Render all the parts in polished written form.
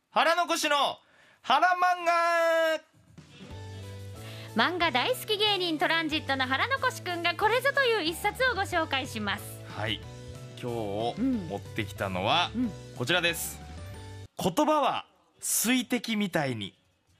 腹残しの腹漫画。 漫画大好き芸人トランジットの腹残しくんがこれぞという一冊をご紹介します。 はい、今日持ってきたのはこちらです。言葉は水滴みたいに。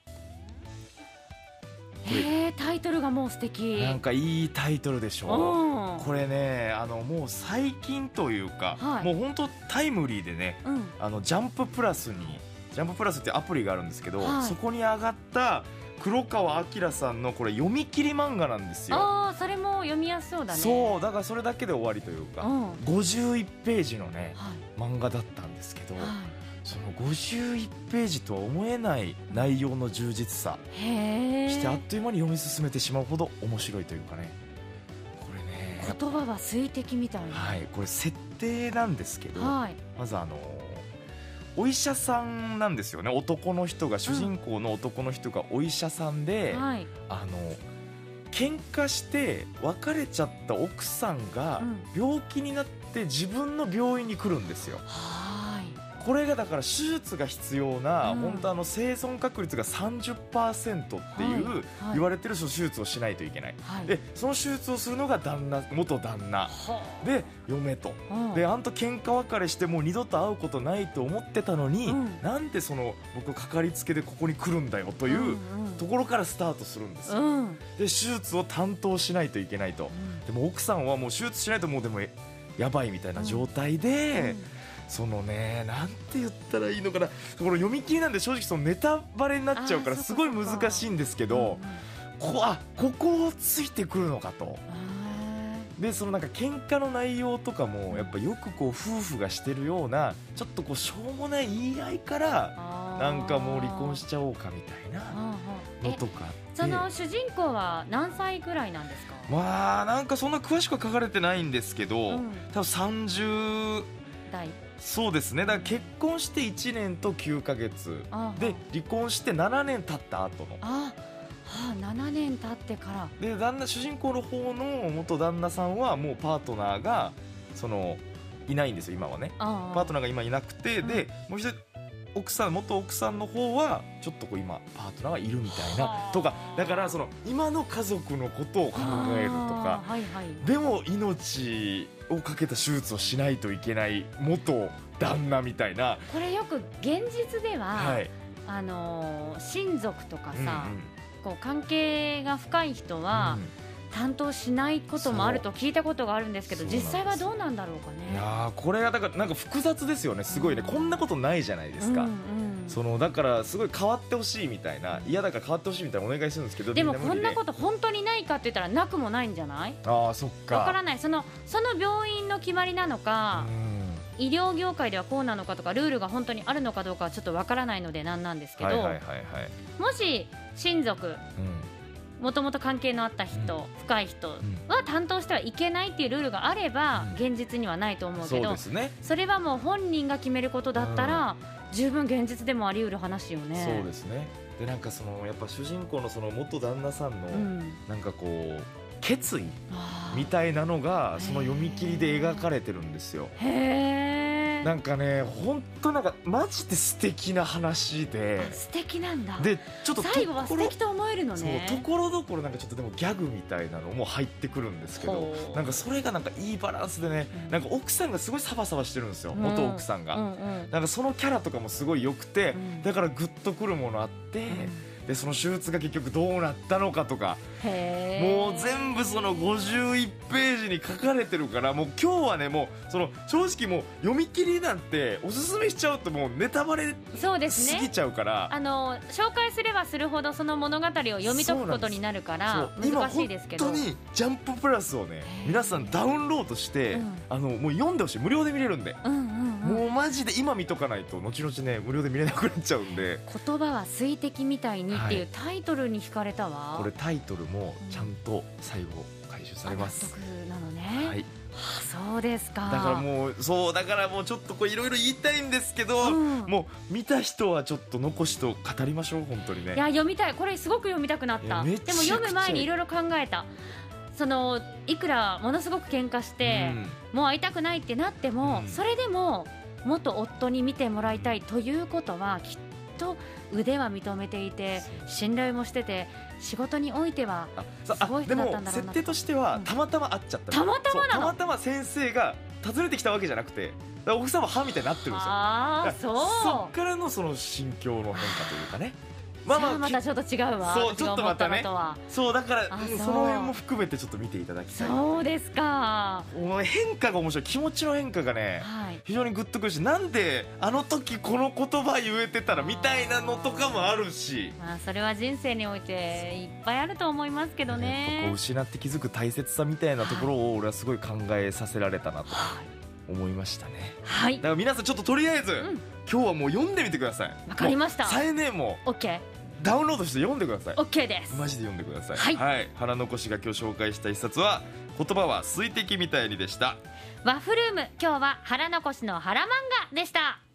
タイトルがもう素敵。 なんかいいタイトルでしょ。これね、もう最近というか、もう本当タイムリーでね、ジャンププラスってアプリがあるんですけど、そこに上がった黒川明さんのこれ読み切り漫画なんですよ。 それも読みやすそうだね。 そうだからそれだけで終わりというか、51ページのね、漫画だったんですけど、その51ページとは思えない内容の充実さしてあっという間に読み進めてしまうほど面白いというかね。これね、 言葉は水滴みたいな、 これ設定なんですけど、まずお医者さんなんですよね。男の人が、主人公の男の人がお医者さんで、喧嘩して別れちゃった奥さんが病気になって自分の病院に来るんですよ。これがだから手術が必要な、本当生存確率が 30% っていう言われてる手術をしないといけない、でその手術をするのが元旦那で嫁と、で喧嘩別れしてもう二度と会うことないと思ってたのに、なんでその僕かかりつけでここに来るんだよというところからスタートするんですよ。で手術を担当しないといけないと、でも奥さんはもう手術しないともうでもやばいみたいな状態で、そのね、なんて言ったらいいのかな、この読み切りなんで正直そのネタバレになっちゃうからすごい難しいんですけど、ここをついてくるのかと。でそのなんか喧嘩の内容とかもやっぱよくこう夫婦がしてるようなちょっとこうしょうもない言い合いからなんかもう離婚しちゃおうかみたいなのとか。 その主人公は何歳ぐらいなんですか？ なんかそんな詳しくは書かれてないんですけど、多分30代。そうですね。だから結婚して1年と9ヶ月で離婚して7年経った後の。 7年経ってからで主人公の方の元旦那さんはもうパートナーがいないんですよ今はね。パートナーが今いなくて、でもう一人元奥さんの方はちょっと今パートナーがいるみたいなとか、だから今の家族のことを考えるとか、でも命をかけた手術をしないといけない元旦那みたいな。 これよく現実では、親族とかさ、こう関係が深い人は、担当しないこともあると聞いたことがあるんですけど、実際はどうなんだろうかね。 いやこれがだからなんか複雑ですよね。すごいね、こんなことないじゃないですか。だからすごい変わってほしいみたいな、嫌だから変わってほしいみたいなお願いするんですけど、 でもこんなこと本当にないかって言ったらなくもないんじゃない？ そっか、 わからない。その病院の決まりなのか、医療業界ではこうなのかとか、ルールが本当にあるのかどうかはちょっとわからないのでなんですけど、もし親族、もともと関係のあった人、深い人は担当してはいけないっていうルールがあれば、現実にはないと思うけど、それはもう本人が決めることだったら、十分現実でもあり得る話よね。 そうですね。でなんかやっぱ主人公の元旦那さんの、なんかこう決意みたいなのがその読み切りで描かれてるんですよ。なんかね、本当なんかマジで素敵な話で。 素敵なんだ。 でちょっと最後は素敵と思えるのね。 そう、ところどころなんかちょっとでもギャグみたいなのも入ってくるんですけど、なんかそれがなんかいいバランスでね、なんか奥さんがすごいサバサバしてるんですよ、元奥さんが。なんかそのキャラとかもすごい良くて、だからグッとくるものあって、でその手術が結局どうなったのかとか、もう全部その51ページに書かれてるから、もう今日はね、もう正直もう読み切りなんておすすめしちゃうともうネタバレすぎちゃうから、 紹介すればするほどその物語を読み解くことになるから難しいですけど、 今本当にジャンププラスをね、皆さんダウンロードして、もう読んでほしい。無料で見れるんで、もうマジで今見とかないと後々ね無料で見れなくなっちゃうんで。 言葉は水滴みたいにっていうタイトルに惹かれたわ。 これタイトルもちゃんと最後回収されます。 納得なのね。そうですか。 だからもうちょっといろいろ言いたいんですけど、もう見た人はちょっと残しと語りましょう。本当にね。 いや読みたい。これすごく読みたくなった。でも読む前にいろいろ考えた。いくらものすごく喧嘩して、もう会いたくないってなっても、それでも元夫に見てもらいたいということはきっと腕は認めていて信頼もしてて仕事においてはすごい人だったんだろうな。 でも設定としてはたまたま会っちゃった、 たまたまなの。 たまたま先生が訪ねてきたわけじゃなくて、奥さんは歯みたいになってるんですよ。そっからのその心境の変化というかね、 またちょっと違うわ。 そうちょっとまたね、そうだからその辺も含めてちょっと見ていただきたい。 そうですか。 変化が面白い、気持ちの変化がね、非常にグッとくるし、なんであの時この言葉言えてたらみたいなのとかもあるし、 それは人生においていっぱいあると思いますけどね。 ここを失って気づく大切さみたいなところを俺はすごい考えさせられたなと思いましたね。 はい。 だから皆さんちょっととりあえず、今日はもう読んでみてください。 わかりました。 さえねも OK、 ダウンロードして読んでください。 OK です。 マジで読んでください。はい、腹残しが今日紹介した一冊は言葉は水滴みたいにでした。 ワッフルーム、今日は腹残しの腹漫画でした。